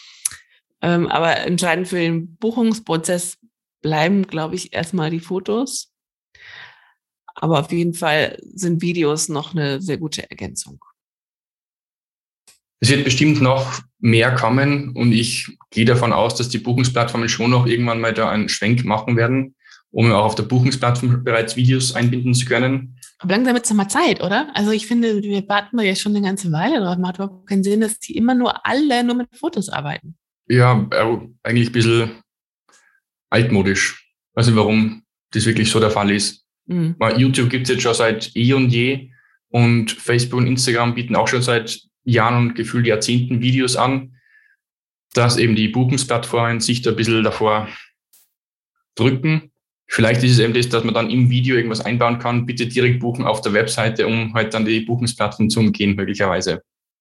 Aber entscheidend für den Buchungsprozess bleiben, glaube ich, erstmal die Fotos. Aber auf jeden Fall sind Videos noch eine sehr gute Ergänzung. Es wird bestimmt noch mehr kommen und ich gehe davon aus, dass die Buchungsplattformen schon noch irgendwann mal da einen Schwenk machen werden, um auch auf der Buchungsplattform bereits Videos einbinden zu können. Aber langsam wird es mal Zeit, oder? Also ich finde, wir warten ja schon eine ganze Weile drauf. Macht überhaupt keinen Sinn, dass die immer alle nur mit Fotos arbeiten. Ja, eigentlich ein bisschen altmodisch. Ich weiß nicht, warum das wirklich so der Fall ist. Mhm. YouTube gibt es jetzt schon seit eh und je und Facebook und Instagram bieten auch schon seit Jahren und gefühlt Jahrzehnten Videos an, dass eben die Buchungsplattformen sich da ein bisschen davor drücken. Vielleicht ist es eben das, dass man dann im Video irgendwas einbauen kann, bitte direkt buchen auf der Webseite, um halt dann die Buchungsplattform zu umgehen, möglicherweise.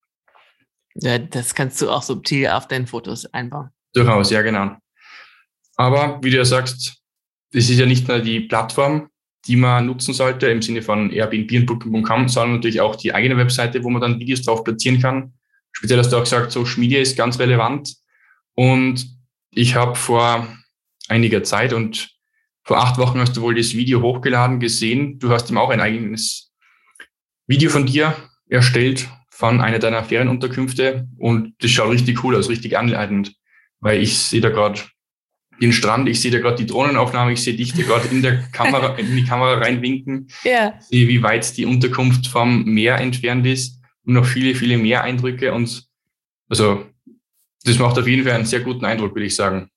Ja, das kannst du auch subtil auf deinen Fotos einbauen. Durchaus, ja, genau. Aber wie du ja sagst, das ist ja nicht nur die Plattform, die man nutzen sollte, im Sinne von Airbnb und Booking.com, sondern natürlich auch die eigene Webseite, wo man dann Videos drauf platzieren kann. Speziell hast du auch gesagt, Social Media ist ganz relevant. Und ich habe vor einiger Zeit und vor 8 Wochen hast du wohl das Video hochgeladen gesehen. Du hast ihm auch ein eigenes Video von dir erstellt von einer deiner Ferienunterkünfte und das schaut richtig cool aus, richtig anleitend, weil ich sehe da gerade den Strand, ich sehe da gerade die Drohnenaufnahme, ich sehe dich da gerade in die Kamera reinwinken, ja. Sehe, wie weit die Unterkunft vom Meer entfernt ist und noch viele, viele mehr Eindrücke und also das macht auf jeden Fall einen sehr guten Eindruck, würde ich sagen.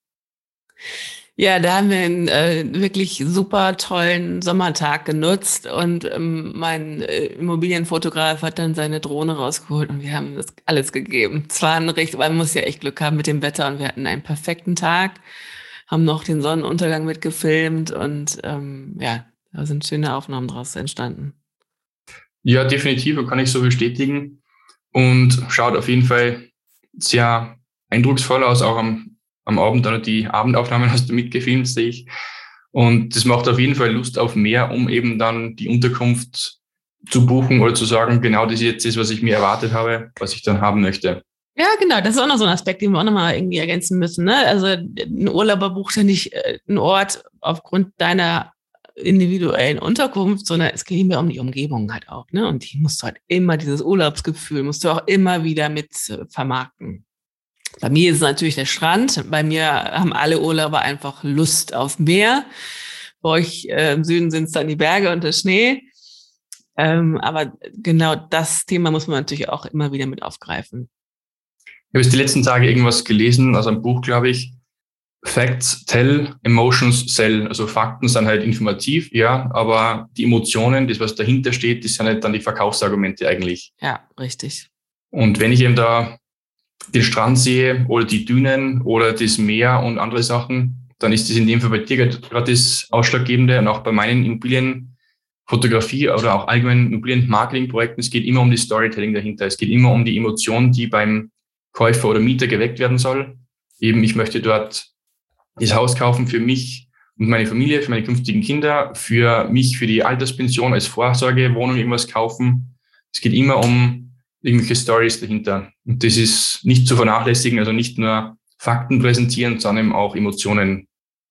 Ja, da haben wir einen wirklich super tollen Sommertag genutzt und mein Immobilienfotograf hat dann seine Drohne rausgeholt und wir haben das alles gegeben. Es war man muss ja echt Glück haben mit dem Wetter und wir hatten einen perfekten Tag, haben noch den Sonnenuntergang mitgefilmt und ja, da sind schöne Aufnahmen draus entstanden. Ja, definitiv, kann ich so bestätigen und schaut auf jeden Fall sehr eindrucksvoll aus, auch am Abend, oder die Abendaufnahmen hast du mitgefilmt, sehe ich. Und das macht auf jeden Fall Lust auf mehr, um eben dann die Unterkunft zu buchen oder zu sagen, genau das jetzt ist, was ich mir erwartet habe, was ich dann haben möchte. Ja, genau, das ist auch noch so ein Aspekt, den wir auch nochmal irgendwie ergänzen müssen. Ne? Also ein Urlauber bucht ja nicht einen Ort aufgrund deiner individuellen Unterkunft, sondern es geht mir um die Umgebung halt auch. Ne? Und die musst du halt immer, dieses Urlaubsgefühl, musst du auch immer wieder mit vermarkten. Bei mir ist es natürlich der Strand. Bei mir haben alle Urlauber einfach Lust auf Meer. Bei euch im Süden sind es dann die Berge und der Schnee. Aber genau das Thema muss man natürlich auch immer wieder mit aufgreifen. Ich habe jetzt die letzten Tage irgendwas gelesen, also ein Buch, glaube ich. Facts tell, emotions sell. Also Fakten sind halt informativ, ja, aber die Emotionen, das, was dahinter steht, das sind halt dann die Verkaufsargumente eigentlich. Ja, richtig. Und wenn ich eben da den Strand sehe oder die Dünen oder das Meer und andere Sachen, dann ist das in dem Fall bei dir gerade das Ausschlaggebende und auch bei meinen Immobilienfotografie oder auch allgemeinen Immobilienmarketingprojekten. Es geht immer um die Storytelling dahinter. Es geht immer um die Emotion, die beim Käufer oder Mieter geweckt werden soll. Eben, ich möchte dort das Haus kaufen für mich und meine Familie, für meine künftigen Kinder, für mich, für die Alterspension als Vorsorgewohnung irgendwas kaufen. Es geht immer um irgendwelche Stories dahinter. Und das ist nicht zu vernachlässigen, also nicht nur Fakten präsentieren, sondern auch Emotionen.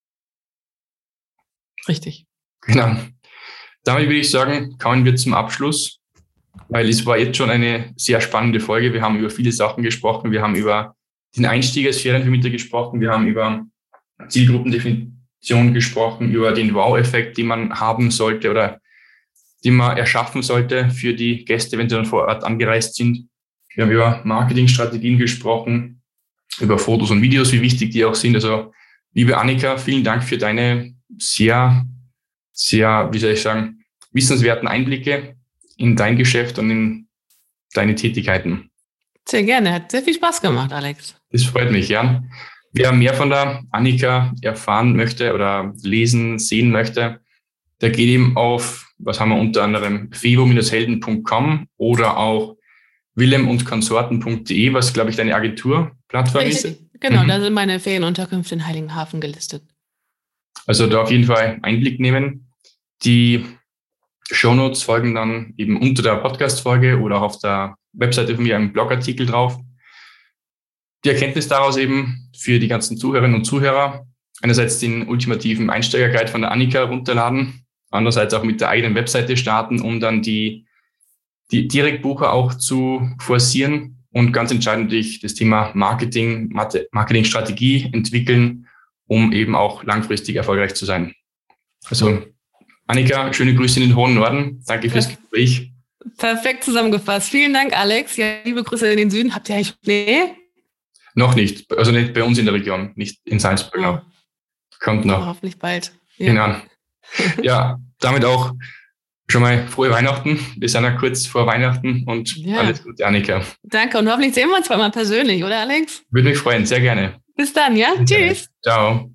Richtig. Genau. Damit würde ich sagen, kommen wir zum Abschluss, weil es war jetzt schon eine sehr spannende Folge. Wir haben über viele Sachen gesprochen. Wir haben über den Einstieg als Ferienvermieter gesprochen. Wir haben über Zielgruppendefinition gesprochen, über den Wow-Effekt, den man haben sollte oder die man erschaffen sollte für die Gäste, wenn sie dann vor Ort angereist sind. Wir haben über Marketingstrategien gesprochen, über Fotos und Videos, wie wichtig die auch sind. Also, liebe Annika, vielen Dank für deine sehr, sehr, wie soll ich sagen, wissenswerten Einblicke in dein Geschäft und in deine Tätigkeiten. Sehr gerne, hat sehr viel Spaß gemacht, Alex. Das freut mich, ja. Wer mehr von der Annika erfahren möchte oder lesen, sehen möchte, der geht eben auf, was haben wir unter anderem, fevo-helden.com oder auch willemundkonsorten.de, was, glaube ich, deine Agenturplattform ist. Genau, da sind meine Ferienunterkünfte in Heiligenhafen gelistet. Also da auf jeden Fall Einblick nehmen. Die Shownotes folgen dann eben unter der Podcast-Folge oder auch auf der Webseite von mir einen Blogartikel drauf. Die Erkenntnis daraus eben für die ganzen Zuhörerinnen und Zuhörer: einerseits den ultimativen Einsteigerguide von der Annika runterladen, andererseits auch mit der eigenen Webseite starten, um dann die Direktbucher auch zu forcieren und ganz entscheidend natürlich das Thema Marketingstrategie entwickeln, um eben auch langfristig erfolgreich zu sein. Also Annika, schöne Grüße in den hohen Norden. Danke fürs Gespräch. Perfekt zusammengefasst. Vielen Dank, Alex. Ja, liebe Grüße in den Süden. Habt ihr eigentlich Schnee? Noch nicht. Also nicht bei uns in der Region, nicht in Salzburg. Oh. Kommt noch. Hoffentlich bald. Ja. Genau. Ja, damit auch schon mal frohe Weihnachten. Wir sind ja kurz vor Weihnachten und alles Gute, Annika. Danke und hoffentlich sehen wir uns bald mal persönlich, oder Alex? Würde mich freuen, sehr gerne. Bis dann, ja? Tschüss. Ciao.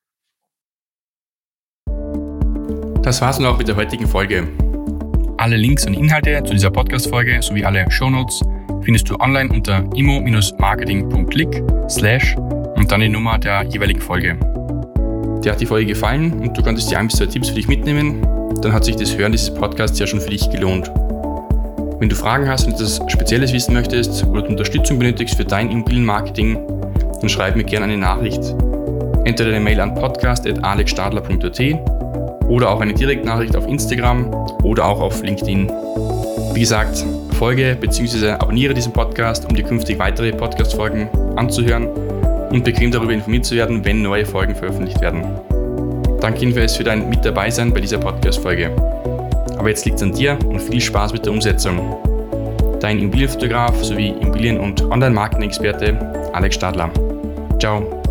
Das war's nun auch mit der heutigen Folge. Alle Links und Inhalte zu dieser Podcast-Folge sowie alle Shownotes findest du online unter imo-marketing.click/ und dann die Nummer der jeweiligen Folge. Dir hat die Folge gefallen und du konntest dir 1 bis 2 Tipps für dich mitnehmen, dann hat sich das Hören dieses Podcasts ja schon für dich gelohnt. Wenn du Fragen hast und etwas Spezielles wissen möchtest oder du Unterstützung benötigst für dein Immobilienmarketing, dann schreib mir gerne eine Nachricht. Entweder eine Mail an podcast@alexstadler.at oder auch eine Direktnachricht auf Instagram oder auch auf LinkedIn. Wie gesagt, folge bzw. abonniere diesen Podcast, um dir künftig weitere Podcast-Folgen anzuhören und bequem darüber informiert zu werden, wenn neue Folgen veröffentlicht werden. Danke jedenfalls für dein Mit dabei sein bei dieser Podcast-Folge. Aber jetzt liegt es an dir und viel Spaß mit der Umsetzung. Dein Immobilienfotograf sowie Immobilien- und Online-Marketing-Experte Alex Stadler. Ciao.